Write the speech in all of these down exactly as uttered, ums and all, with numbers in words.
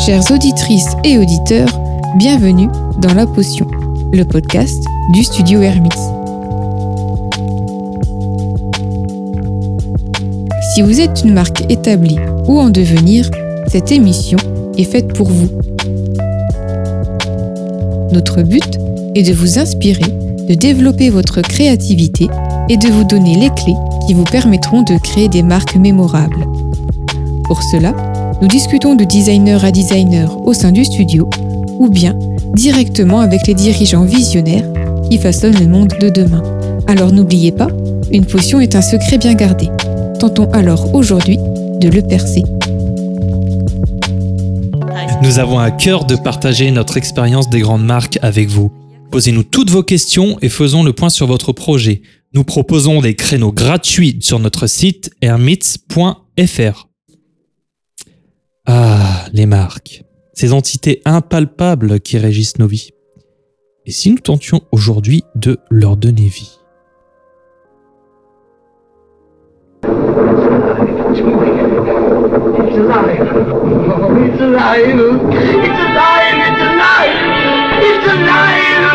Chères auditrices et auditeurs, bienvenue dans La Potion, le podcast du studio Hermits. Si vous êtes une marque établie ou en devenir, cette émission est faite pour vous. Notre but est de vous inspirer, de développer votre créativité et de vous donner les clés qui vous permettront de créer des marques mémorables. Pour cela, nous discutons de designer à designer au sein du studio ou bien directement avec les dirigeants visionnaires qui façonnent le monde de demain. Alors n'oubliez pas, une potion est un secret bien gardé. Tentons alors aujourd'hui de le percer. Nous avons à cœur de partager notre expérience des grandes marques avec vous. Posez-nous toutes vos questions et faisons le point sur votre projet. Nous proposons des créneaux gratuits sur notre site hermits point f r. Ah, les marques, ces entités impalpables qui régissent nos vies. Et si nous tentions aujourd'hui de leur donner vie ? It's alive. Oh, it's alive. It's alive. It's alive. It's alive.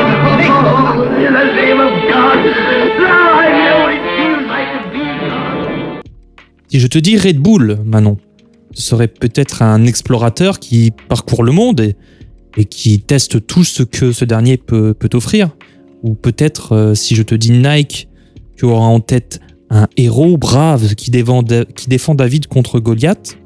Oh, in the name of God. Now I know it feels like to be God. Si je te dis Red Bull, Manon, ce serait peut-être un explorateur qui parcourt le monde et, et qui teste tout ce que ce dernier peut, peut offrir. Ou peut-être, euh, si je te dis Nike, tu auras en tête un héros brave qui défend, qui défend David contre Goliath.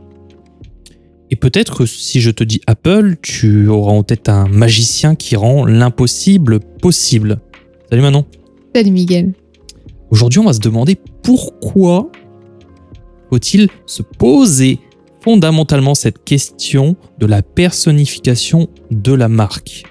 Et peut-être que si je te dis Apple, tu auras en tête un magicien qui rend l'impossible possible. Salut Manon. Salut Miguel. Aujourd'hui, on va se demander pourquoi faut-il se poser fondamentalement cette question de la personnification de la marque.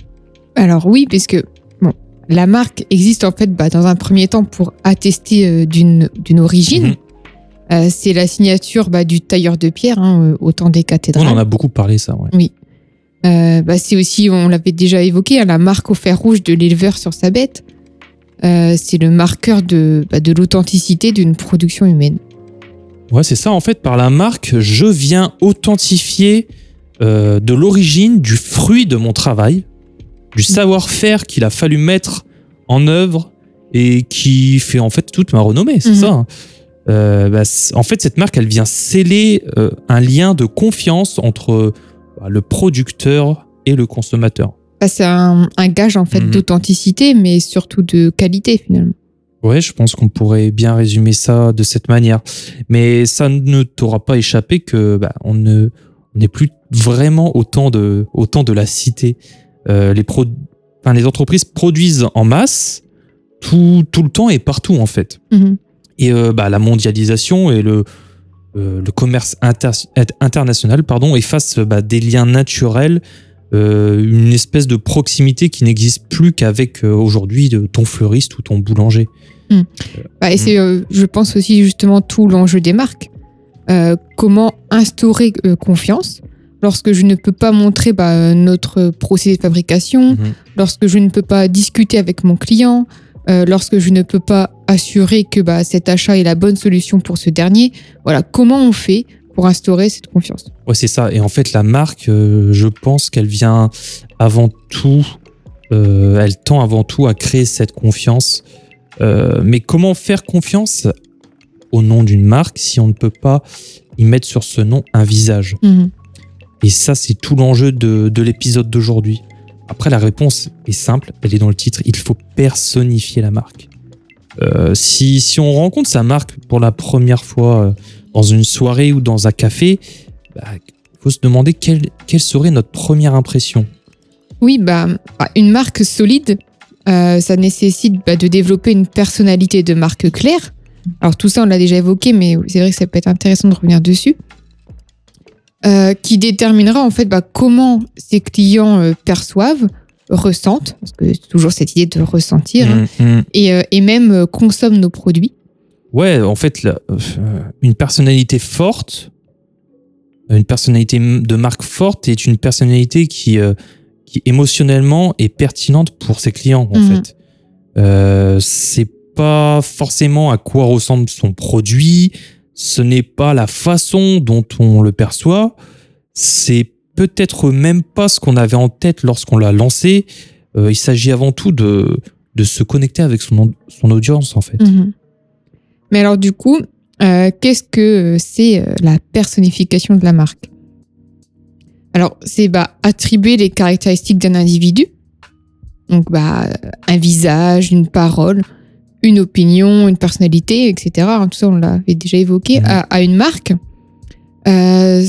Alors oui, puisque bon, la marque existe en fait bah, dans un premier temps pour attester euh, d'une, d'une origine. Mmh. Euh, c'est la signature bah, du tailleur de pierre hein, au temps des cathédrales. On en a beaucoup parlé ça. Ouais. Oui. Euh, bah, c'est aussi, on l'avait déjà évoqué, hein, la marque au fer rouge de l'éleveur sur sa bête. Euh, c'est le marqueur de, bah, de l'authenticité d'une production humaine. Ouais, c'est ça. En fait, par la marque, je viens authentifier euh, de l'origine du fruit de mon travail, du savoir-faire qu'il a fallu mettre en œuvre et qui fait en fait toute ma renommée. C'est mmh. ça. Euh, bah, en fait, cette marque, elle vient sceller euh, un lien de confiance entre bah, le producteur et le consommateur. Bah, c'est un, un gage en fait mmh. d'authenticité, mais surtout de qualité finalement. Ouais, je pense qu'on pourrait bien résumer ça de cette manière. Mais ça ne t'aura pas échappé que bah, on ne on n'est plus vraiment au temps de, au temps de la cité. Euh, les, pro, enfin, les entreprises produisent en masse tout, tout le temps et partout en fait. Mmh. Et euh, bah, la mondialisation et le, euh, le commerce inter, international pardon, effacent bah, des liens naturels, euh, une espèce de proximité qui n'existe plus qu'avec euh, aujourd'hui de ton fleuriste ou ton boulanger. Mmh. Bah, et c'est, euh, je pense aussi justement tout l'enjeu des marques. Euh, comment instaurer euh, confiance lorsque je ne peux pas montrer bah, notre procédé de fabrication, mmh. lorsque je ne peux pas discuter avec mon client, euh, lorsque je ne peux pas assurer que bah, cet achat est la bonne solution pour ce dernier. Voilà, comment on fait pour instaurer cette confiance ? Ouais, c'est ça. Et en fait, la marque, euh, je pense qu'elle vient avant tout, euh, elle tend avant tout à créer cette confiance. Euh, mais comment faire confiance au nom d'une marque si on ne peut pas y mettre sur ce nom un visage ? Mmh. Et ça, c'est tout l'enjeu de, de l'épisode d'aujourd'hui. Après, la réponse est simple, elle est dans le titre, il faut personnifier la marque. Euh, si, si on rencontre sa marque pour la première fois euh, dans une soirée ou dans un café, bah, faut se demander quelle, quelle serait notre première impression. Oui, bah, une marque solide, Euh, ça nécessite bah, de développer une personnalité de marque claire. Alors tout ça, on l'a déjà évoqué, mais c'est vrai que ça peut être intéressant de revenir dessus. Euh, qui déterminera en fait bah, comment ses clients euh, perçoivent, ressentent, parce que c'est toujours cette idée de ressentir, mmh, hein, mmh. et, euh, et même euh, consomment nos produits. Ouais, en fait, là, euh, une personnalité forte, une personnalité de marque forte est une personnalité qui... Euh, qui émotionnellement est pertinente pour ses clients en mmh. fait. Euh, c'est pas forcément à quoi ressemble son produit, ce n'est pas la façon dont on le perçoit, c'est peut-être même pas ce qu'on avait en tête lorsqu'on l'a lancé. Euh, il s'agit avant tout de, de se connecter avec son, son audience, en fait. Mmh. Mais alors, du coup, euh, qu'est-ce que c'est euh, la personnification de la marque? Alors, c'est bah, attribuer les caractéristiques d'un individu. Donc, bah, un visage, une parole, une opinion, une personnalité, et cetera. Tout ça, on l'avait déjà évoqué, mmh. à, à une marque. Euh,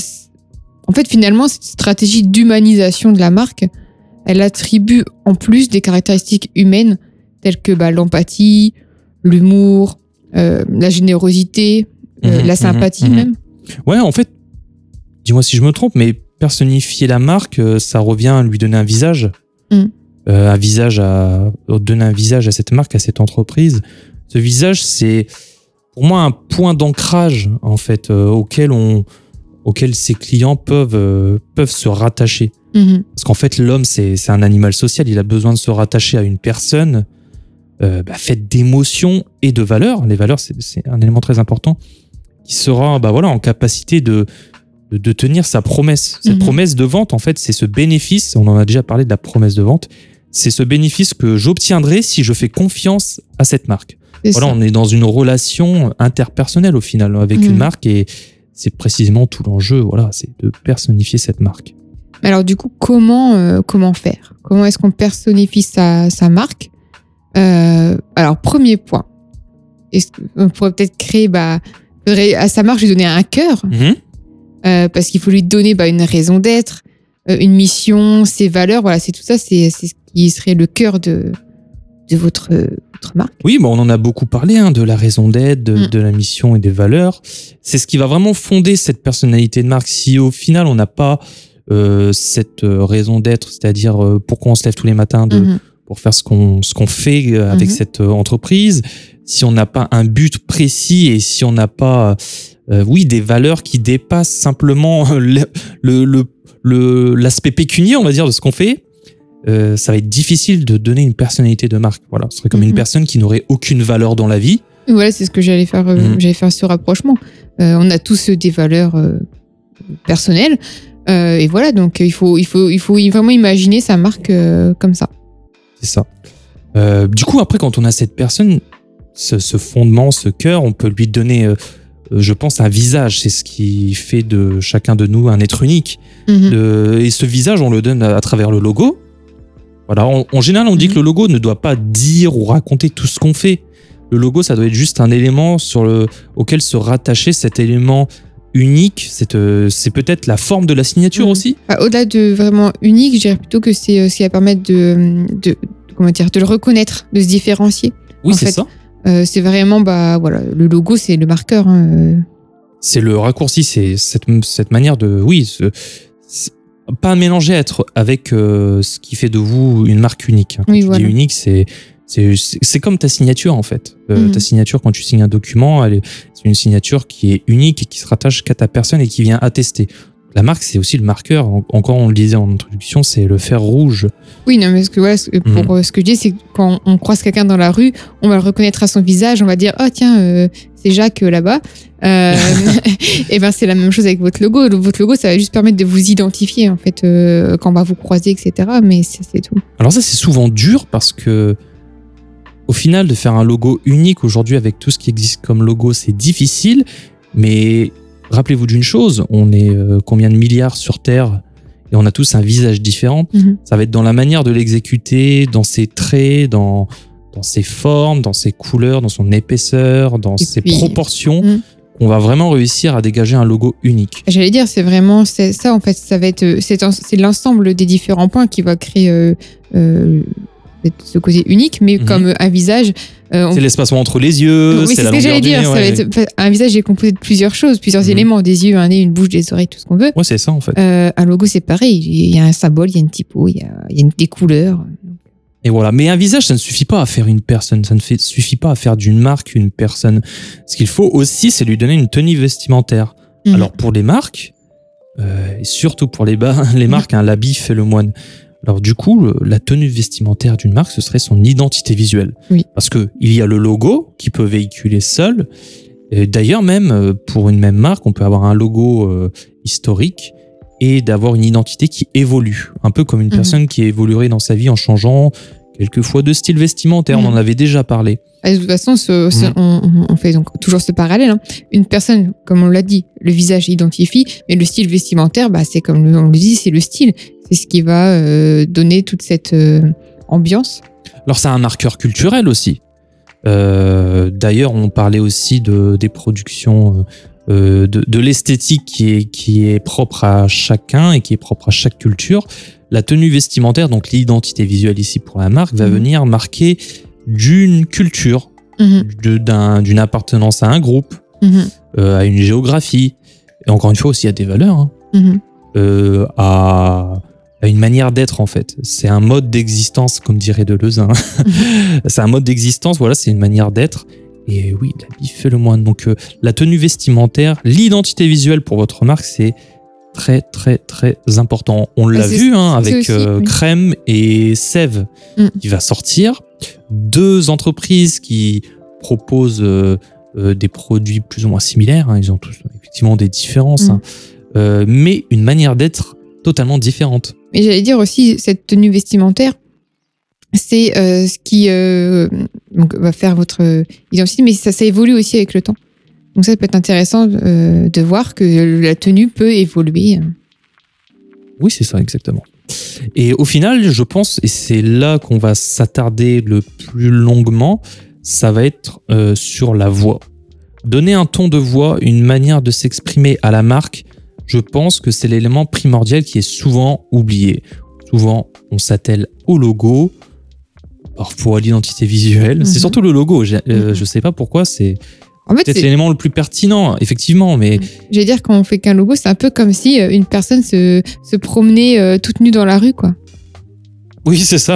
en fait, finalement, cette stratégie d'humanisation de la marque, elle attribue en plus des caractéristiques humaines telles que bah, l'empathie, l'humour, euh, la générosité, euh, mmh, la sympathie mmh, même. Ouais, en fait, dis-moi si je me trompe, mais personnifier la marque, ça revient à lui donner un visage. Mmh. Euh, un visage à donner un visage à cette marque, à cette entreprise. Ce visage, c'est pour moi un point d'ancrage en fait euh, auquel on, auquel ses clients peuvent euh, peuvent se rattacher. Mmh. Parce qu'en fait, l'homme, c'est c'est un animal social. Il a besoin de se rattacher à une personne euh, bah, faite d'émotions et de valeurs. Les valeurs, c'est c'est un élément très important qui sera bah voilà en capacité de de, de tenir sa promesse. Cette mmh. promesse de vente, en fait, c'est ce bénéfice. On en a déjà parlé de la promesse de vente. C'est ce bénéfice que j'obtiendrai si je fais confiance à cette marque. C'est voilà, ça. On est dans une relation interpersonnelle au final avec mmh. une marque et c'est précisément tout l'enjeu. Voilà, c'est de personnifier cette marque. Alors du coup, comment euh, comment faire? Comment est-ce qu'on personnifie sa, sa marque? euh, Alors premier point, est-ce qu'on pourrait peut-être créer bah, à sa marque lui donner un cœur mmh. euh, parce qu'il faut lui donner bah, une raison d'être, euh, une mission, ses valeurs. Voilà, c'est tout ça, c'est c'est ce qui serait le cœur de, de votre, votre marque. Oui, bon, on en a beaucoup parlé, hein, de la raison d'être, de, mmh. de la mission et des valeurs. C'est ce qui va vraiment fonder cette personnalité de marque. Si au final, on n'a pas euh, cette raison d'être, c'est-à-dire euh, pourquoi on se lève tous les matins de, mmh. pour faire ce qu'on, ce qu'on fait avec mmh. cette entreprise, si on n'a pas un but précis et si on n'a pas euh, oui, des valeurs qui dépassent simplement le, le, le, le, l'aspect pécunier, on va dire, de ce qu'on fait, Euh, ça va être difficile de donner une personnalité de marque. Voilà, ce serait comme mmh. une personne qui n'aurait aucune valeur dans la vie. Voilà, c'est ce que j'allais faire. Euh, mmh. J'allais faire ce rapprochement. Euh, on a tous des valeurs euh, personnelles, euh, et voilà. Donc il faut, il faut, il faut vraiment imaginer sa marque euh, comme ça. C'est ça. Euh, du coup, après, quand on a cette personne, ce, ce fondement, ce cœur, on peut lui donner, euh, je pense, un visage. C'est ce qui fait de chacun de nous un être unique. Mmh. De, et ce visage, on le donne à, à travers le logo. Voilà, en, en général, on dit mmh. que le logo ne doit pas dire ou raconter tout ce qu'on fait. Le logo, ça doit être juste un élément sur le, auquel se rattacher, cet élément unique. C'est, euh, c'est peut-être la forme de la signature mmh. aussi. Bah, au-delà de vraiment unique, je dirais plutôt que c'est euh, ce qui va permettre de, de, comment dire, de le reconnaître, de se différencier. Oui, c'est fait. ça. Euh, c'est vraiment, bah, voilà, le logo, c'est le marqueur. Hein. C'est le raccourci, c'est cette, cette manière de... Oui, ce, pas mélanger être avec euh, ce qui fait de vous une marque unique. Quand oui, tu voilà. dis unique, c'est, c'est, c'est comme ta signature en fait. Euh, mmh. Ta signature, quand tu signes un document, elle est, c'est une signature qui est unique et qui se rattache qu'à ta personne et qui vient attester. La marque, c'est aussi le marqueur. Encore, on le disait en introduction, c'est le fer rouge. Oui, non, mais ce que, voilà, pour mmh. ce que je dis, c'est que quand on croise quelqu'un dans la rue, on va le reconnaître à son visage, on va dire « Oh tiens, euh, c'est Jacques là-bas euh, ». Et ben c'est la même chose avec votre logo. Votre logo, ça va juste permettre de vous identifier en fait euh, quand on va vous croiser, et cetera. Mais c'est, c'est tout. Alors ça, c'est souvent dur parce que au final, de faire un logo unique aujourd'hui avec tout ce qui existe comme logo, c'est difficile. Mais rappelez-vous d'une chose, on est euh, combien de milliards sur Terre et on a tous un visage différent. Mmh. Ça va être dans la manière de l'exécuter, dans ses traits, dans, dans ses formes, dans ses couleurs, dans son épaisseur, dans et ses puis, proportions, mmh. qu'on va vraiment réussir à dégager un logo unique. J'allais dire, c'est vraiment c'est ça en fait. Ça va être, c'est, un, c'est l'ensemble des différents points qui va créer euh, euh, ce côté unique, mais mmh. comme un visage. Euh, on... C'est l'espacement entre les yeux, oui, c'est, c'est la longueur du nez. Dire, ouais. ça va être, un visage est composé de plusieurs choses, plusieurs mmh. éléments, des yeux, un nez, une bouche, des oreilles, tout ce qu'on veut. Ouais, c'est ça en fait. Euh, un logo, c'est pareil. Il y a un symbole, il y a une typo, il y a, il y a une, des couleurs. Et voilà. Mais un visage, ça ne suffit pas à faire une personne. Ça ne fait, suffit pas à faire d'une marque une personne. Ce qu'il faut aussi, c'est lui donner une tenue vestimentaire. Mmh. Alors pour les marques, euh, et surtout pour les, bas, les marques, mmh. hein, l'habit fait le moine. Alors du coup, la tenue vestimentaire d'une marque, ce serait son identité visuelle. Oui. Parce que il y a le logo qui peut véhiculer seul. Et d'ailleurs, même pour une même marque, on peut avoir un logo euh, historique et d'avoir une identité qui évolue, un peu comme une Mhm. personne qui évoluerait dans sa vie en changeant quelquefois de style vestimentaire. Mhm. On en avait déjà parlé. Ah, de toute façon, ce- ce- Mhm. on, on fait donc toujours ce parallèle. hein. Une personne, comme on l'a dit, le visage identifie, mais le style vestimentaire, bah, c'est comme le- on le dit, c'est le style. C'est ce qui va euh, donner toute cette euh, ambiance. Alors c'est un marqueur culturel aussi. Euh, D'ailleurs, on parlait aussi de, des productions, euh, de, de l'esthétique qui est, qui est propre à chacun et qui est propre à chaque culture. La tenue vestimentaire, donc l'identité visuelle ici pour la marque, va Mhm. venir marquer d'une culture, Mhm, de- d'un- d'une appartenance à un groupe, mhm, euh, à une géographie, et encore une fois aussi à des valeurs, hein, mhm. euh, à, à une manière d'être en fait. C'est un mode d'existence, comme dirait Deleuze. hein. C'est un mode d'existence, voilà, c'est une manière d'être. Et oui, l'habit fait le moine. Donc euh, la tenue vestimentaire, l'identité visuelle pour votre marque, c'est très très très important. On l'a c'est- vu hein, c'est avec aussi, euh, oui. Crème et Sève Mm. qui va sortir. Deux entreprises qui proposent euh, euh, des produits plus ou moins similaires. hein. Ils ont tous effectivement des différences, Mm. hein. Euh, mais une manière d'être totalement différente. Mais j'allais dire aussi, cette tenue vestimentaire, c'est euh, ce qui euh, donc, va faire votre identité, mais ça, ça évolue aussi avec le temps. Donc ça peut être intéressant euh, de voir que la tenue peut évoluer. Oui, c'est ça, exactement. Et au final, je pense, et c'est là qu'on va s'attarder le plus longuement, ça va être euh, sur la voix. Donner un ton de voix, une manière de s'exprimer à la marque, je pense que c'est l'élément primordial qui est souvent oublié. Souvent, on s'attelle au logo, parfois à l'identité visuelle. Mhm. C'est surtout le logo. Je Mhm. ne sais pas pourquoi, c'est En fait, peut-être c'est- l'élément le plus pertinent, effectivement, mais j'allais dire, quand on fait qu'un logo, c'est un peu comme si euh, une personne se, se promenait euh, toute nue dans la rue, quoi. oui, c'est ça.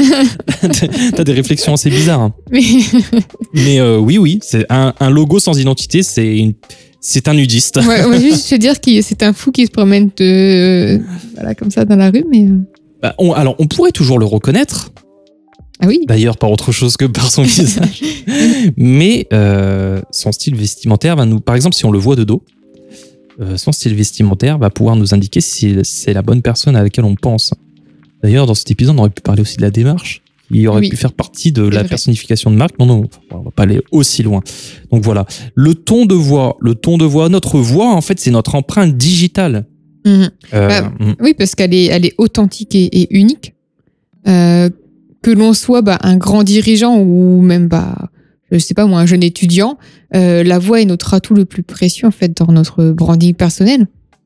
T'as des réflexions assez bizarres. hein. Mais Mais euh, oui, oui, c'est un, un logo sans identité, c'est une- c'est un nudiste. ouais, on va juste se dire que c'est un fou qui se promène de, voilà, comme ça dans la rue, mais euh, Bah, on- alors, on pourrait toujours le reconnaître, ah oui. d'ailleurs par autre chose que par son visage. Mais euh, son style vestimentaire va nous, par exemple, si on le voit de dos, euh, son style vestimentaire va pouvoir nous indiquer si c'est la bonne personne à laquelle on pense. D'ailleurs, dans cet épisode, on aurait pu parler aussi de la démarche, qui aurait Oui. pu faire partie de C'est la vrai. personnification de marque. Non, non, on va pas aller aussi loin. Donc voilà, le ton de voix, le ton de voix, notre voix, en fait, c'est notre empreinte digitale. Mhm. Euh, Bah, mm. Oui, parce qu'elle est, elle est authentique et, et unique. Euh, que l'on soit bah, un grand dirigeant ou même, bah, je sais pas moi, un jeune étudiant, euh, la voix est notre atout le plus précieux en fait dans notre branding personnel.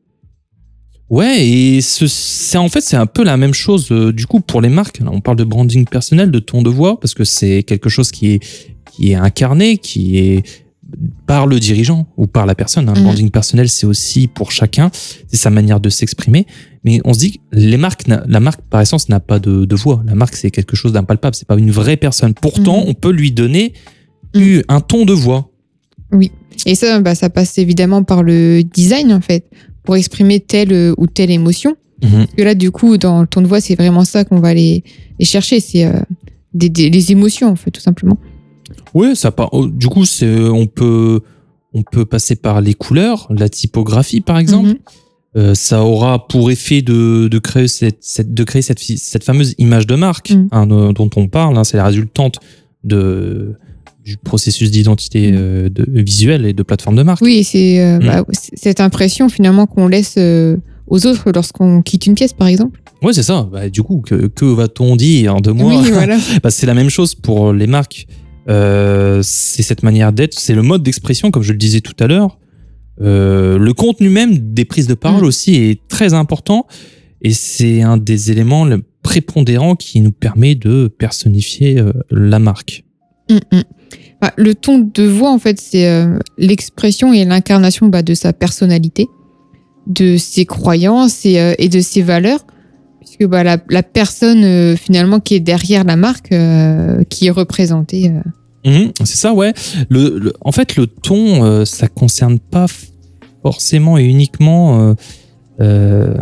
Ouais, et ce- c'est en fait c'est un peu la même chose euh, du coup pour les marques. Là, on parle de branding personnel, de ton de voix, parce que c'est quelque chose qui est qui est incarné, qui est par le dirigeant ou par la personne. Un Mhm. branding personnel, c'est aussi pour chacun, c'est sa manière de s'exprimer. Mais on se dit que les marques, n'a- la marque par essence n'a pas de, de voix. La marque c'est quelque chose d'impalpable, c'est pas une vraie personne. Pourtant, Mhm. on peut lui donner Mhm. eu- un ton de voix. Et ça, bah, ça passe évidemment par le design en fait, pour exprimer telle euh, ou telle émotion. Mhm. Parce que là, du coup, dans le ton de voix, c'est vraiment ça qu'on va aller les chercher, c'est euh, des, des- les émotions en fait, tout simplement. Ouais, ça part. oh, Du coup, c'est on peut on peut passer par les couleurs, la typographie par exemple. Mhm. Euh, ça aura pour effet de, de créer cette, cette de créer cette, fi- cette fameuse image de marque Mhm. hein, de- dont on parle. hein. C'est la résultante de du processus d'identité Mhm. euh, de, visuelle et de plateforme de marque. Oui, et c'est euh, Mm. bah, c'est cette impression finalement qu'on laisse euh, aux autres lorsqu'on quitte une pièce, par exemple. Ouais, c'est ça. Bah, du coup, que, que va-t-on dire de moi Oui, voilà. Bah, c'est la même chose pour les marques. Euh, c'est cette manière d'être, c'est le mode d'expression, comme je le disais tout à l'heure. Euh, le contenu même des prises de parole Mm. aussi est très important et c'est un des éléments le- prépondérants qui nous permet de personnifier euh, la marque. Mm, mm. Bah, le ton de voix, en fait, c'est euh, l'expression et l'incarnation bah, de sa personnalité, de ses croyances et, euh, et de ses valeurs. Puisque bah, la, la personne, euh, finalement, qui est derrière la marque, euh, qui est représentée. euh. Mhm, c'est ça, ouais. Le, le- en fait, le ton, euh, ça concerne pas forcément et uniquement. Euh, euh,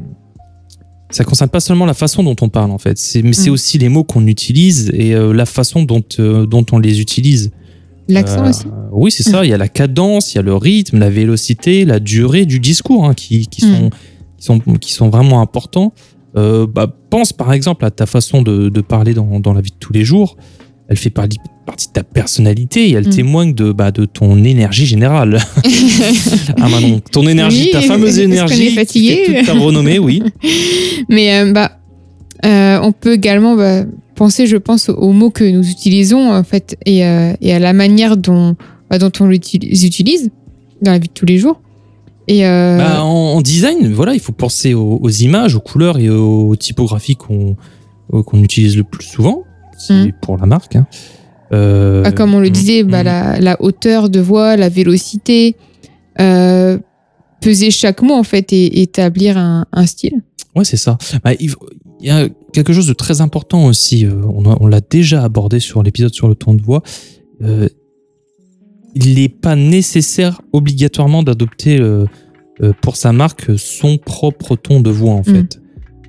ça concerne pas seulement la façon dont on parle, en fait. C'est, mais c'est Mm. aussi les mots qu'on utilise et euh, la façon dont, euh, dont on les utilise. L'accent Euh, aussi. Oui, c'est ça. Il y a la cadence, il y a le rythme, la vélocité, la durée du discours hein, qui, qui, Mm. sont, qui sont, qui sont vraiment importants. Euh, bah, pense par exemple à ta façon de, de parler dans, dans la vie de tous les jours. Elle fait partie, partie de ta personnalité et elle mmh. témoigne de, bah, de ton énergie générale. Ah Manon, ton énergie, oui, ta fameuse énergie, fatigué toute ta renommée, oui. Mais euh, bah, euh, on peut également bah, penser, je pense, aux mots que nous utilisons en fait, et, euh, et à la manière dont, bah, dont on les utilise dans la vie de tous les jours. Et euh... bah, en, en design, voilà, il faut penser aux, aux images, aux couleurs et aux typographies qu'on, qu'on utilise le plus souvent. C'est mmh. pour la marque. Hein. Euh, ah, comme on le disait, mmh. bah, la, la hauteur de voix, la vélocité, euh, peser chaque mot en fait et établir un, un style. Ouais, c'est ça. Bah, il, il y a quelque chose de très important aussi. Euh, on, a, on l'a déjà abordé sur l'épisode sur le ton de voix. Euh, il n'est pas nécessaire obligatoirement d'adopter euh, euh, pour sa marque son propre ton de voix en fait. Mmh.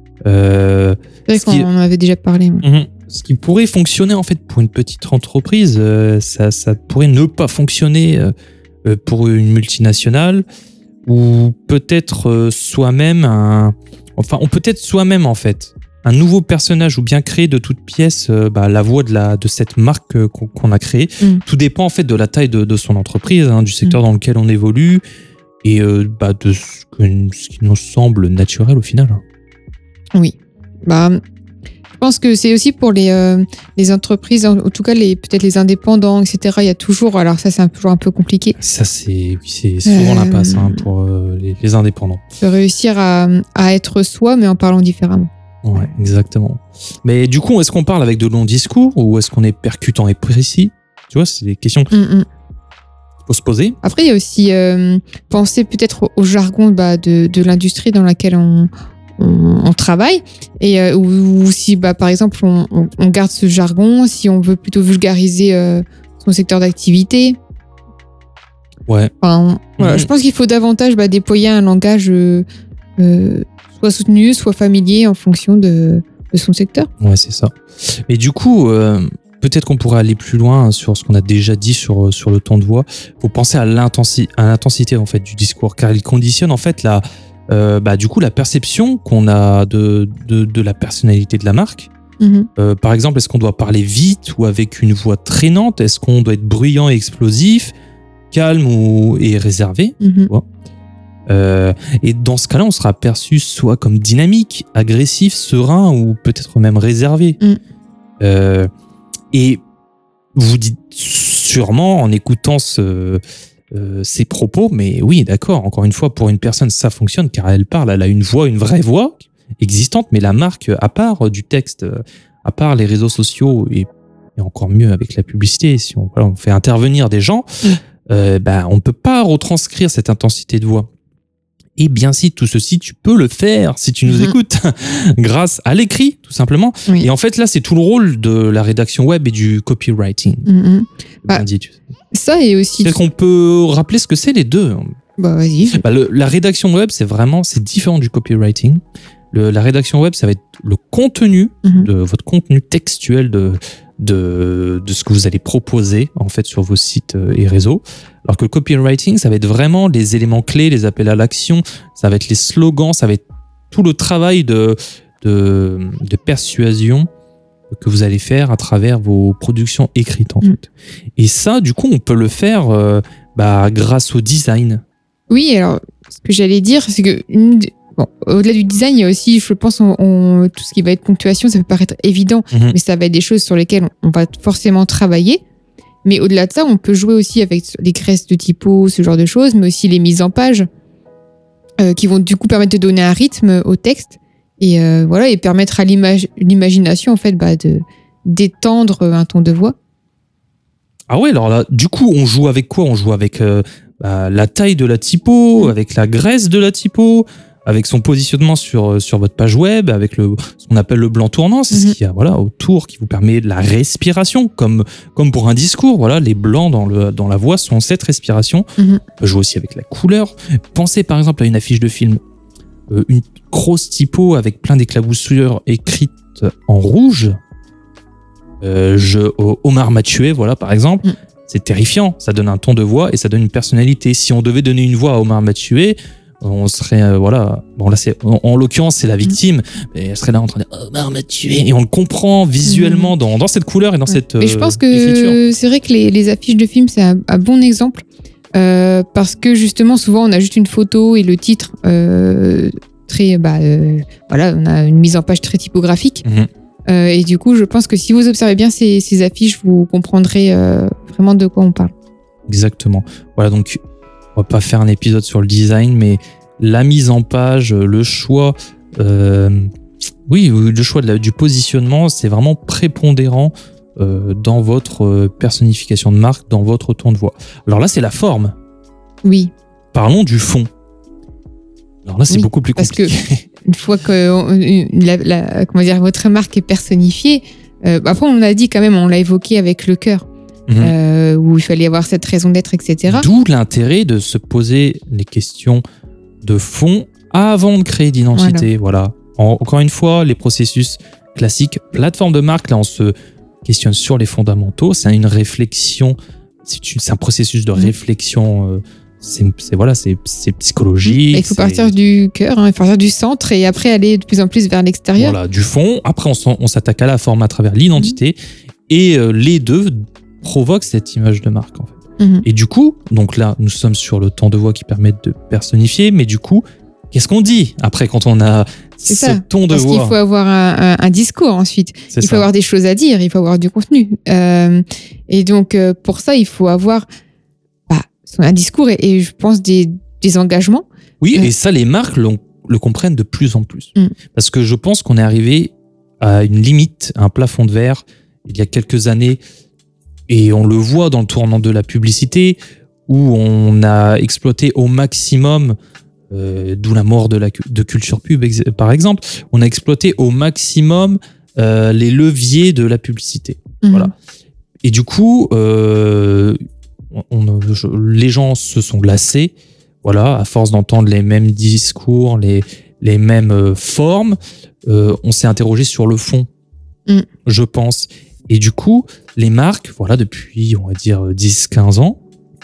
Euh, c'est vrai qu'on qui... en avait déjà parlé. Mmh. Ce qui pourrait fonctionner en fait pour une petite entreprise, euh, ça, ça pourrait ne pas fonctionner euh, pour une multinationale ou peut-être euh, soi-même un, enfin on peut être soi-même en fait un nouveau personnage ou bien créer de toute pièce euh, bah, la voix de la de cette marque euh, qu'on, qu'on a créée. Mm. Tout dépend en fait de la taille de, de son entreprise, hein, du secteur mm. dans lequel on évolue et euh, bah, de ce, que, ce qui nous semble naturel au final. Oui, bah. Je pense que c'est aussi pour les, euh, les entreprises, en, en tout cas les, peut-être les indépendants, et cetera. Il y a toujours, alors ça c'est un, toujours un peu compliqué. Ça c'est, c'est souvent euh, l'impasse hein, pour euh, les, les indépendants. De réussir à, à être soi, mais en parlant différemment. Ouais, exactement. Mais du coup, est-ce qu'on parle avec de longs discours ou est-ce qu'on est percutant et précis? Tu vois, c'est des questions qu'il mm-hmm. faut se poser. Après, il y a aussi euh, penser peut-être au, au jargon bah, de, de l'industrie dans laquelle on... On, on travaille et euh, ou, ou si bah, par exemple on, on, on garde ce jargon, si on veut plutôt vulgariser euh, son secteur d'activité. Ouais. Enfin, on, mmh. voilà, je pense qu'il faut davantage bah, déployer un langage euh, euh, soit soutenu, soit familier en fonction de, de son secteur. Ouais, c'est ça. Mais du coup, euh, peut-être qu'on pourrait aller plus loin sur ce qu'on a déjà dit sur, sur le ton de voix. Il faut penser à l'intensité, à l'intensité en fait, du discours, car il conditionne en fait la Euh, bah, du coup, la perception qu'on a de, de, de la personnalité de la marque. Mmh. Euh, par exemple, est-ce qu'on doit parler vite ou avec une voix traînante? Est-ce qu'on doit être bruyant et explosif, calme ou, et réservé? Mmh. Tu vois euh, et dans ce cas-là, on sera perçu soit comme dynamique, agressif, serein ou peut-être même réservé. Mmh. Euh, et vous dites sûrement en écoutant ce... Euh, ses propos, mais oui, d'accord, encore une fois, pour une personne, ça fonctionne car elle parle, elle a une voix, une vraie voix existante, mais la marque, à part du texte, à part les réseaux sociaux et, et encore mieux avec la publicité, si on, voilà, on fait intervenir des gens, mmh. euh, bah, on ne peut pas retranscrire cette intensité de voix. Et bien si, tout ceci, tu peux le faire si tu nous mmh. écoutes, grâce à l'écrit, tout simplement. Oui. Et en fait, là, c'est tout le rôle de la rédaction web et du copywriting. Mmh. Bah, dit, tu sais. Ça et aussi... Peut-être qu'on peut rappeler ce que c'est les deux. Bah, vas-y. Bah, le, la rédaction web, c'est vraiment, c'est différent du copywriting. Le, la rédaction web, ça va être le contenu, mmh. de votre contenu textuel de, de, de ce que vous allez proposer, en fait, sur vos sites et réseaux. Alors que le copywriting, ça va être vraiment les éléments clés, les appels à l'action, ça va être les slogans, ça va être tout le travail de, de, de persuasion que vous allez faire à travers vos productions écrites, en mmh. fait. Et ça, du coup, on peut le faire euh, bah, grâce au design. Oui, alors, ce que j'allais dire, c'est que une, bon, au-delà du design, il y a aussi, je pense, on, on, tout ce qui va être ponctuation, ça peut paraître évident, mmh. mais ça va être des choses sur lesquelles on, on va forcément travailler. Mais au-delà de ça, on peut jouer aussi avec les graisses de typo, ce genre de choses, mais aussi les mises en page, euh, qui vont du coup permettre de donner un rythme au texte. Et euh, voilà, et permettre à l'image, l'imagination en fait bah, de d'étendre un ton de voix. Ah ouais, alors là, du coup, on joue avec quoi? On joue avec euh, bah, la taille de la typo, mmh. avec la graisse de la typo, avec son positionnement sur sur votre page web, avec le ce qu'on appelle le blanc tournant, c'est mmh. ce qu'il y a voilà autour qui vous permet de la respiration, comme comme pour un discours. Voilà, les blancs dans le dans la voix sont cette respiration. Mmh. On peut jouer aussi avec la couleur. Pensez par exemple à une affiche de film. Une grosse typo avec plein d'éclaboussures écrites en rouge. Euh, je, Omar m'a tué, voilà, par exemple. Mm. C'est terrifiant. Ça donne un ton de voix et ça donne une personnalité. Si on devait donner une voix à Omar m'a tué, on serait, euh, voilà, bon là, c'est, en, en l'occurrence, c'est la victime, mais elle serait là en train de dire, oh, bah, on m'a tué. Et on le comprend visuellement mmh. dans, dans cette couleur et dans ouais. cette Mais je pense que écriture. C'est vrai que les, les affiches de films, c'est un, un bon exemple. Euh, parce que justement, souvent, on a juste une photo et le titre euh, très, bah, euh, voilà, on a une mise en page très typographique. Mmh. Euh, et du coup, je pense que si vous observez bien ces, ces affiches, vous comprendrez euh, vraiment de quoi on parle. Exactement. Voilà, donc on va pas faire un épisode sur le design, mais la mise en page, le choix, euh, oui, le choix de la, du positionnement, c'est vraiment prépondérant euh, dans votre personnification de marque, dans votre ton de voix. Alors là, c'est la forme. Oui. Parlons du fond. Alors là, c'est oui, beaucoup plus compliqué. Parce que une fois que la, la, comment dire, votre marque est personnifiée, euh, après on l'a dit quand même, on l'a évoqué avec le cœur. Mmh. Euh, où il fallait avoir cette raison d'être, et cetera. D'où l'intérêt de se poser les questions de fond avant de créer d'identité. Voilà. Voilà. En, encore une fois, les processus classiques, plateforme de marque, là on se questionne sur les fondamentaux. C'est une réflexion, c'est, une, c'est un processus de mmh. réflexion. Euh, c'est, c'est, voilà, c'est, c'est psychologique. Il faut c'est... partir du cœur, hein, il faut partir du centre et après aller de plus en plus vers l'extérieur. Voilà, du fond. Après, on, on s'attaque à la forme à travers l'identité mmh. et euh, les deux provoque cette image de marque en fait. Mmh. Et du coup, donc là, nous sommes sur le ton de voix qui permet de personnifier, mais du coup, qu'est-ce qu'on dit après quand on a c'est ce ça, ton de parce voix? Parce qu'il faut avoir un, un, un discours ensuite. C'est il ça. faut avoir des choses à dire, il faut avoir du contenu. Euh, et donc, euh, pour ça, il faut avoir bah, un discours et, et je pense des, des engagements. Oui, euh, et ça, les marques le, le comprennent de plus en plus. Mmh. Parce que je pense qu'on est arrivé à une limite, à un plafond de verre, il y a quelques années. Et on le voit dans le tournant de la publicité, où on a exploité au maximum, euh, d'où la mort de, la, de Culture Pub, par exemple, on a exploité au maximum euh, les leviers de la publicité. Mmh. Voilà. Et du coup, euh, on, on, je, les gens se sont lassés, voilà, à force d'entendre les mêmes discours, les, les mêmes euh, formes. Euh, on s'est interrogé sur le fond, mmh. je pense. Et du coup, les marques, voilà, depuis, on va dire, dix à quinze ans,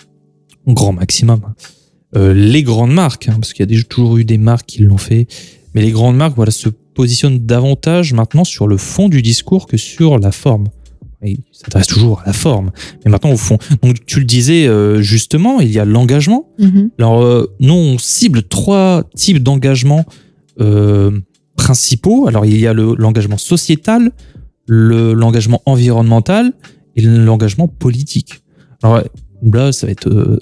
grand maximum, euh, les grandes marques, hein, parce qu'il y a déjà toujours eu des marques qui l'ont fait, mais les grandes marques, voilà, se positionnent davantage maintenant sur le fond du discours que sur la forme. Ils s'intéressent toujours à la forme, mais maintenant au fond. Donc, tu le disais euh, justement, il y a l'engagement. Mm-hmm. Alors, euh, nous, on cible trois types d'engagement euh, principaux. Alors, il y a le, l'engagement sociétal, Le, l'engagement environnemental et l'engagement politique. Alors là, ça va être, euh,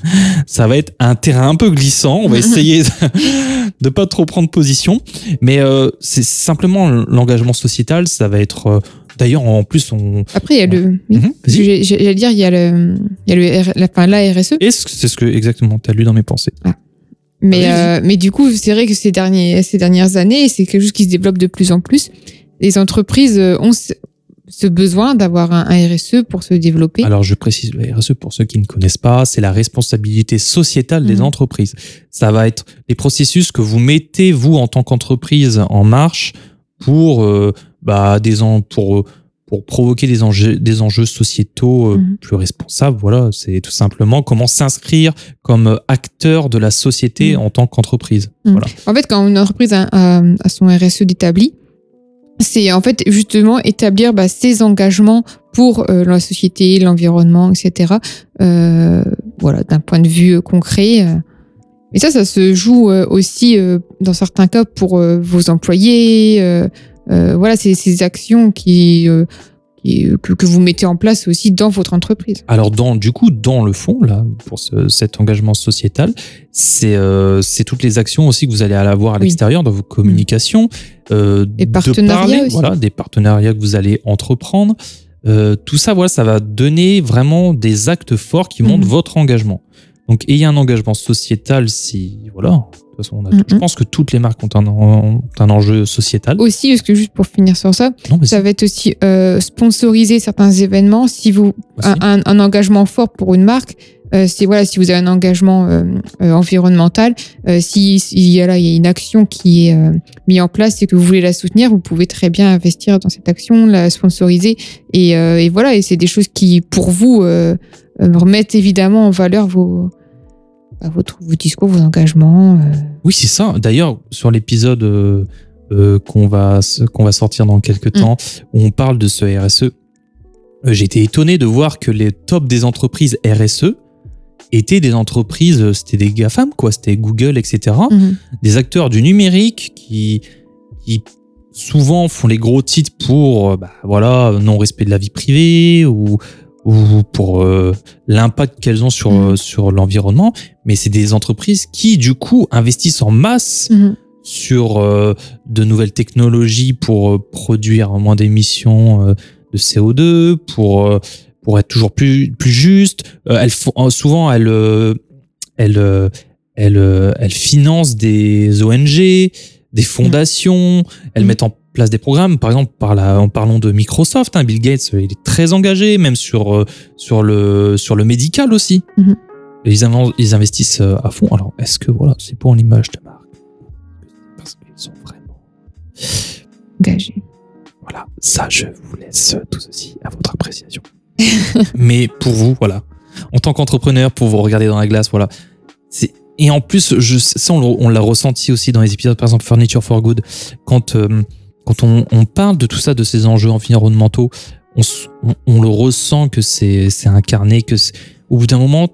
ça va être un terrain un peu glissant. On va essayer de, de pas trop prendre position, mais euh, c'est simplement l'engagement sociétal. Ça va être, euh, d'ailleurs, en plus, on. Après, il y a le. Oui, mmh, j'ai, j'allais dire, il y a le, il y a le, la, enfin, la R S E. Et c'est ce que exactement tu as lu dans mes pensées. Ah. Mais, euh, mais du coup, c'est vrai que ces derniers, ces dernières années, c'est quelque chose qui se développe de plus en plus. Les entreprises ont ce besoin d'avoir un R S E pour se développer. Alors, je précise, le R S E, pour ceux qui ne connaissent pas, c'est la responsabilité sociétale des mmh. entreprises. Ça va être les processus que vous mettez, vous, en tant qu'entreprise, en marche pour, euh, bah, des en, pour, pour provoquer des enjeux, des enjeux sociétaux euh, mmh. plus responsables. Voilà, c'est tout simplement comment s'inscrire comme acteur de la société mmh. en tant qu'entreprise. Mmh. Voilà. En fait, quand une entreprise a, a, a son R S E établi, c'est en fait justement établir bah, ses engagements pour euh, la société, l'environnement, et cetera. Euh, voilà, d'un point de vue euh, concret. Euh. Et ça, ça se joue euh, aussi euh, dans certains cas pour euh, vos employés. Euh, euh, voilà, c'est ces actions qui, euh, qui que, que vous mettez en place aussi dans votre entreprise. Alors, dans, du coup, dans le fond, là, pour ce, cet engagement sociétal, c'est, euh, c'est toutes les actions aussi que vous allez avoir à l'extérieur, oui. dans vos communications. Mmh. Euh, des partenariats de parler, aussi. Voilà, des partenariats que vous allez entreprendre. Euh, tout ça, voilà, ça va donner vraiment des actes forts qui montrent mmh. votre engagement. Donc, ayez un engagement sociétal si, voilà, de toute façon, on a mmh. tout, je pense que toutes les marques ont un, ont un enjeu sociétal. Aussi, parce que juste pour finir sur ça, non, ça c'est... va être aussi euh, sponsoriser certains événements. Si vous un, un, un engagement fort pour une marque, Euh, c'est voilà, si vous avez un engagement euh, euh, environnemental, euh, si, si là, il y a une action qui est euh, mise en place et que vous voulez la soutenir, vous pouvez très bien investir dans cette action, la sponsoriser et, euh, et voilà, et c'est des choses qui pour vous euh, remettent évidemment en valeur vos bah, votre, vos discours, vos engagements. Euh... Oui, c'est ça. D'ailleurs, sur l'épisode euh, euh, qu'on va, qu'on va sortir dans quelques temps, mmh. où on parle de ce R S E, euh, j'ai été étonné de voir que les tops des entreprises R S E étaient des entreprises, c'était des GAFAM, quoi, c'était Google, et cetera. Mmh. Des acteurs du numérique qui, qui souvent font les gros titres pour bah, voilà, non-respect de la vie privée ou, ou pour euh, l'impact qu'elles ont sur, mmh. sur l'environnement. Mais c'est des entreprises qui, du coup, investissent en masse mmh. sur euh, de nouvelles technologies pour euh, produire moins d'émissions euh, de C O deux, pour... Euh, pour être toujours plus plus juste. Euh, elles font, souvent, elles, euh, elles, euh, elles, euh, elles financent des O N G, des fondations. Mmh. Elles mmh. mettent en place des programmes. Par exemple, par la, en parlant de Microsoft, hein, Bill Gates, il est très engagé, même sur, euh, sur, le, sur le médical aussi. Mmh. Et ils, inv- ils investissent à fond. Alors, est-ce que voilà, c'est pour l'image de marque? Parce qu'ils sont vraiment engagés. Voilà, ça, je vous laisse tout ceci à votre appréciation. Mais pour vous, voilà, en tant qu'entrepreneur, pour vous regarder dans la glace, voilà. C'est... Et en plus, je, ça, on, on l'a ressenti aussi dans les épisodes, par exemple, Furniture for Good, quand, euh, quand on, on parle de tout ça, de ces enjeux environnementaux, on, on, on le ressent que c'est, c'est incarné, que c'est, au bout d'un moment,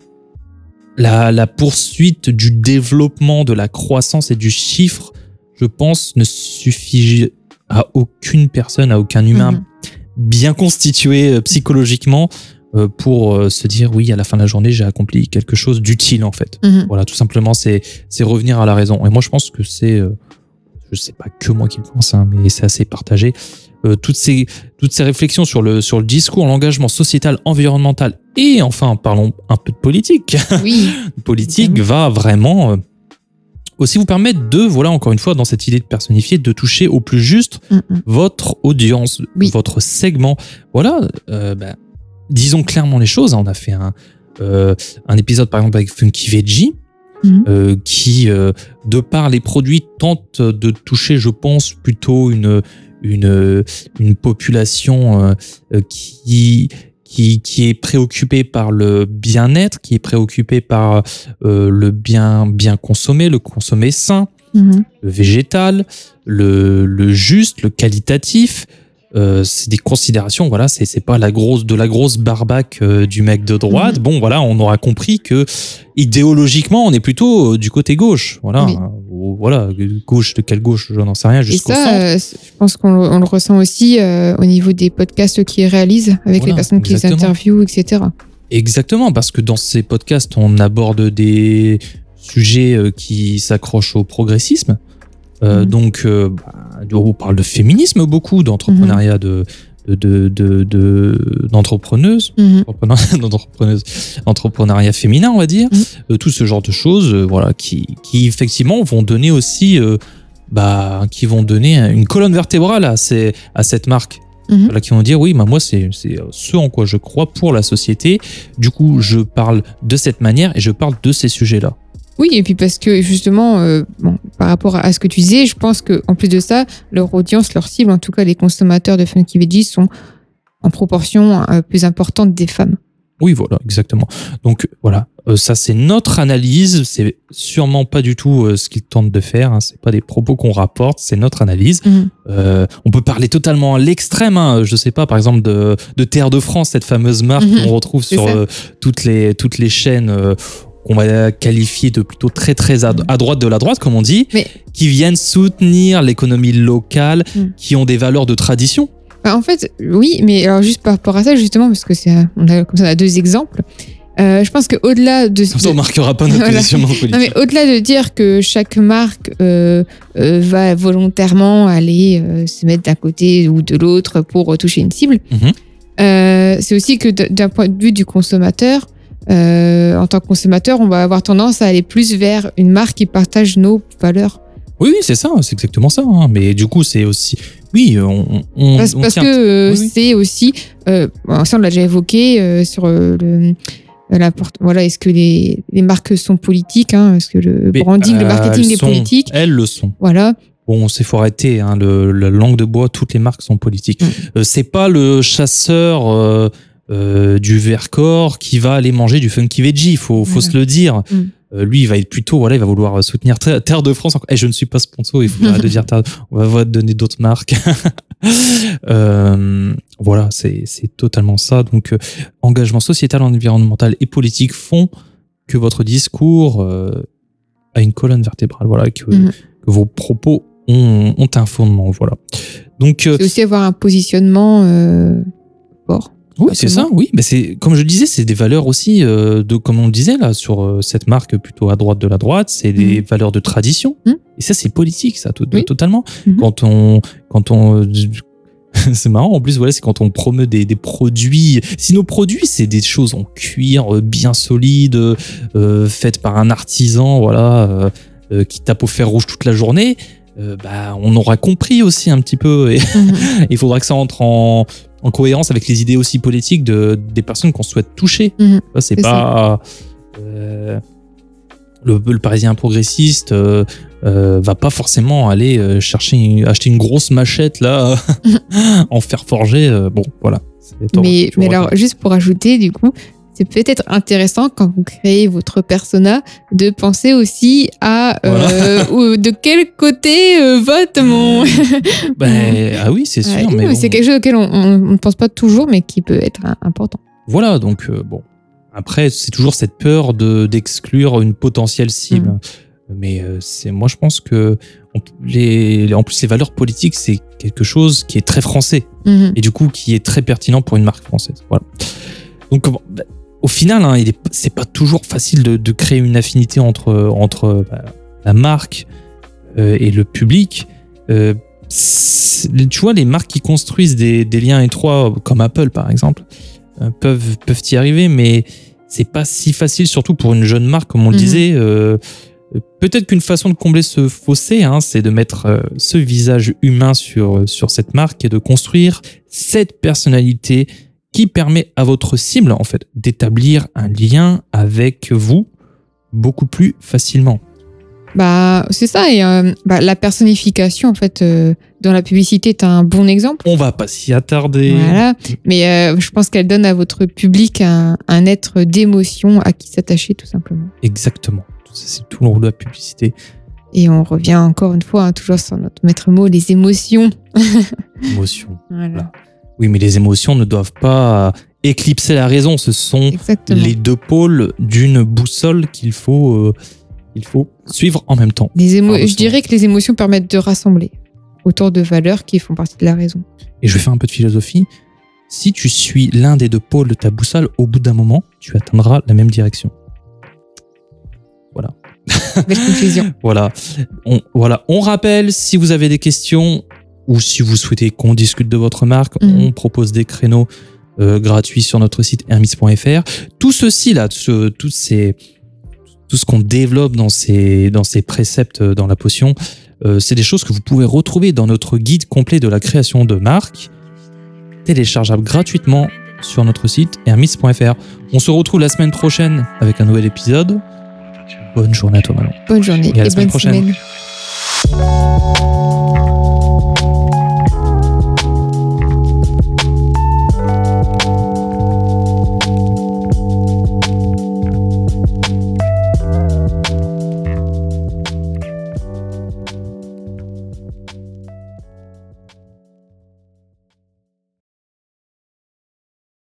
la, la poursuite du développement, de la croissance et du chiffre, je pense, ne suffit à aucune personne, à aucun humain. Mmh. bien constitué euh, psychologiquement euh, pour euh, se dire oui, à la fin de la journée, j'ai accompli quelque chose d'utile en fait. Mm-hmm. Voilà, tout simplement, c'est, c'est revenir à la raison. Et moi, je pense que c'est, euh, je sais pas que moi qui le pense, hein, mais c'est assez partagé. Euh, toutes ces toutes ces réflexions sur le sur le discours, l'engagement sociétal, environnemental et enfin, parlons un peu de politique. Oui. politique mm-hmm. va vraiment euh, aussi vous permettre de, voilà, encore une fois, dans cette idée de personnifier, de toucher au plus juste mm-hmm. votre audience, oui. votre segment. Voilà, euh, bah, disons clairement les choses. On a fait un, euh, un épisode, par exemple, avec Funky Veggie, mm-hmm. euh, qui, euh, de par les produits, tente de toucher, je pense, plutôt une, une, une population euh, qui... Qui, qui est préoccupé par le bien-être, qui est préoccupé par euh, le bien, bien consommer, le consommer sain, mmh. le végétal, le, le juste, le qualitatif. Euh, c'est des considérations, voilà, c'est, c'est pas la grosse, de la grosse barbaque euh, du mec de droite. Mmh. Bon, voilà, on aura compris que idéologiquement, on est plutôt euh, du côté gauche. Voilà, oui. euh, voilà, gauche de quelle gauche, je n'en sais rien, jusqu'au Et ça, centre. Euh, je pense qu'on le, on le ressent aussi euh, au niveau des podcasts qu'ils réalisent avec voilà, les personnes qui les interviewent, et cetera. Exactement, parce que dans ces podcasts, on aborde des sujets euh, qui s'accrochent au progressisme. Euh, mmh. Donc, euh, bah, on parle de féminisme beaucoup, d'entrepreneuriat, mmh. de, de, de, de, de, d'entrepreneuses, mmh. d'entrepreneuses, d'entrepreneuriat féminin, on va dire, mmh. euh, tout ce genre de choses, euh, voilà, qui, qui effectivement vont donner aussi, euh, bah, qui vont donner une colonne vertébrale à, ces, à cette marque. Mmh. Voilà, qui vont dire oui, bah, moi c'est, c'est ce en quoi je crois pour la société. Du coup, je parle de cette manière et je parle de ces sujets-là. Oui, et puis parce que justement, euh, bon, par rapport à ce que tu disais, je pense qu'en plus de ça, leur audience, leur cible, en tout cas les consommateurs de Funky Veggie, sont en proportion euh, plus importante des femmes. Oui, voilà, exactement. Donc voilà, euh, ça c'est notre analyse, c'est sûrement pas du tout euh, ce qu'ils tentent de faire, hein, c'est pas des propos qu'on rapporte, c'est notre analyse. Mmh. Euh, on peut parler totalement à l'extrême, hein, je sais pas, par exemple de, de Terre de France, cette fameuse marque mmh. qu'on retrouve c'est sur euh, toutes les toutes les chaînes. Euh, qu'on va qualifier de plutôt très très à, à droite de la droite, comme on dit, mais... qui viennent soutenir l'économie locale, mm. qui ont des valeurs de tradition. Bah en fait, oui, mais alors juste par rapport à ça, justement, parce que c'est, on a, comme ça, on a deux exemples, euh, je pense qu'au-delà de... Comme ça, on ne marquera pas notre voilà. positionnement politique. Non, mais au-delà de dire que chaque marque euh, euh, va volontairement aller euh, se mettre d'un côté ou de l'autre pour toucher une cible, mm-hmm. euh, c'est aussi que d'un point de vue du consommateur, Euh, en tant que consommateur, on va avoir tendance à aller plus vers une marque qui partage nos valeurs. Oui, oui, c'est ça, c'est exactement ça. Hein. Mais du coup, c'est aussi... Oui, on, on, parce, on parce tient... que euh, oui, oui. c'est aussi... Euh, ça, on l'a déjà évoqué euh, sur le... La, voilà, est-ce que les, les marques sont politiques, hein, est-ce que le mais, branding, euh, le marketing est sont, politique? Elles le sont. Voilà. Bon, c'est faut arrêter, hein, le, la langue de bois, toutes les marques sont politiques. Mm. Euh, c'est pas le chasseur... Euh, Euh, du Vercors qui va aller manger du Funky Veggie, il faut, faut voilà. se le dire. Mm. Euh, lui, il va être plutôt, voilà, il va vouloir soutenir Terre de France. Et je ne suis pas sponsor, il faut arrêter de dire Terre de... On va donner d'autres marques. euh, voilà, c'est, c'est totalement ça. Donc, euh, engagement sociétal, environnemental et politique font que votre discours euh, a une colonne vertébrale. Voilà, que, mmh. que vos propos ont, ont un fondement. Voilà. Donc, euh, c'est aussi avoir un positionnement euh, fort. Oui, c'est ça, oui. Mais c'est, comme je disais, c'est des valeurs aussi, euh, de, comme on le disait là, sur euh, cette marque plutôt à droite de la droite, c'est des mmh. valeurs de tradition. Mmh. Et ça, c'est politique, ça, tout, oui. totalement. Mmh. Quand on, quand on, c'est marrant, en plus, voilà, c'est quand on promeut des, des produits. Si nos produits, c'est des choses en cuir, euh, bien solides, euh, faites par un artisan, voilà, euh, euh, qui tape au fer rouge toute la journée, euh, bah, on aura compris aussi un petit peu. Et mmh. il faudra que ça entre en, en cohérence avec les idées aussi politiques de, des personnes qu'on souhaite toucher. Mmh, ça, c'est, c'est pas... Euh, le, le Parisien progressiste euh, euh, va pas forcément aller euh, chercher une, acheter une grosse machette là en fer forgé. Euh, bon, voilà. C'est mais mais alors, raconter. Juste pour ajouter, du coup, c'est peut-être intéressant quand vous créez votre persona de penser aussi à euh, voilà. de quel côté euh, vote mon. ben, ah oui, c'est sûr. Ouais, mais bon. C'est quelque chose auquel on ne pense pas toujours, mais qui peut être important. Voilà, donc euh, bon. Après, c'est toujours cette peur de, d'exclure une potentielle cible. Mmh. Mais euh, c'est, moi, je pense que on, les, en plus, les valeurs politiques, c'est quelque chose qui est très français. Mmh. Et du coup, qui est très pertinent pour une marque française. Voilà. Donc, bah, au final, hein, il est, c'est pas toujours facile de, de créer une affinité entre, entre bah, la marque euh, et le public. Euh, tu vois, les marques qui construisent des, des liens étroits, comme Apple, par exemple, euh, peuvent, peuvent y arriver, mais c'est pas si facile, surtout pour une jeune marque, comme on le mmh. disait. Euh, peut-être qu'une façon de combler ce fossé, hein, c'est de mettre euh, ce visage humain sur, sur cette marque et de construire cette personnalité qui permet à votre cible, en fait, d'établir un lien avec vous beaucoup plus facilement. Bah, c'est ça. Et euh, bah, la personnification, en fait, euh, dans la publicité est un bon exemple. On va pas s'y attarder. Voilà. Mais euh, je pense qu'elle donne à votre public un, un être d'émotion à qui s'attacher, tout simplement. Exactement. C'est tout le rôle de la publicité. Et on revient encore une fois, hein, toujours sur notre maître mot, les émotions. Émotions. Voilà. Voilà. Oui, mais les émotions ne doivent pas éclipser la raison. Ce sont Exactement. Les deux pôles d'une boussole qu'il faut... Euh, il faut suivre en même temps. Les émo- je dirais que les émotions permettent de rassembler autour de valeurs qui font partie de la raison. Et je vais faire un peu de philosophie. Si tu suis l'un des deux pôles de ta boussole, au bout d'un moment, tu atteindras la même direction. Voilà. Belle conclusion. Voilà. On, voilà. On rappelle, si vous avez des questions ou si vous souhaitez qu'on discute de votre marque, mmh. on propose des créneaux euh, gratuits sur notre site hermis point f r. Tout ceci, là, ce, tous ces... tout ce qu'on développe dans ces, dans ces préceptes dans la potion, euh, c'est des choses que vous pouvez retrouver dans notre guide complet de la création de marque, téléchargeable gratuitement sur notre site hermis point f r. On se retrouve la semaine prochaine avec un nouvel épisode. Bonne journée à toi, Manon. Bonne journée et à la et semaine bonne prochaine. Semaine.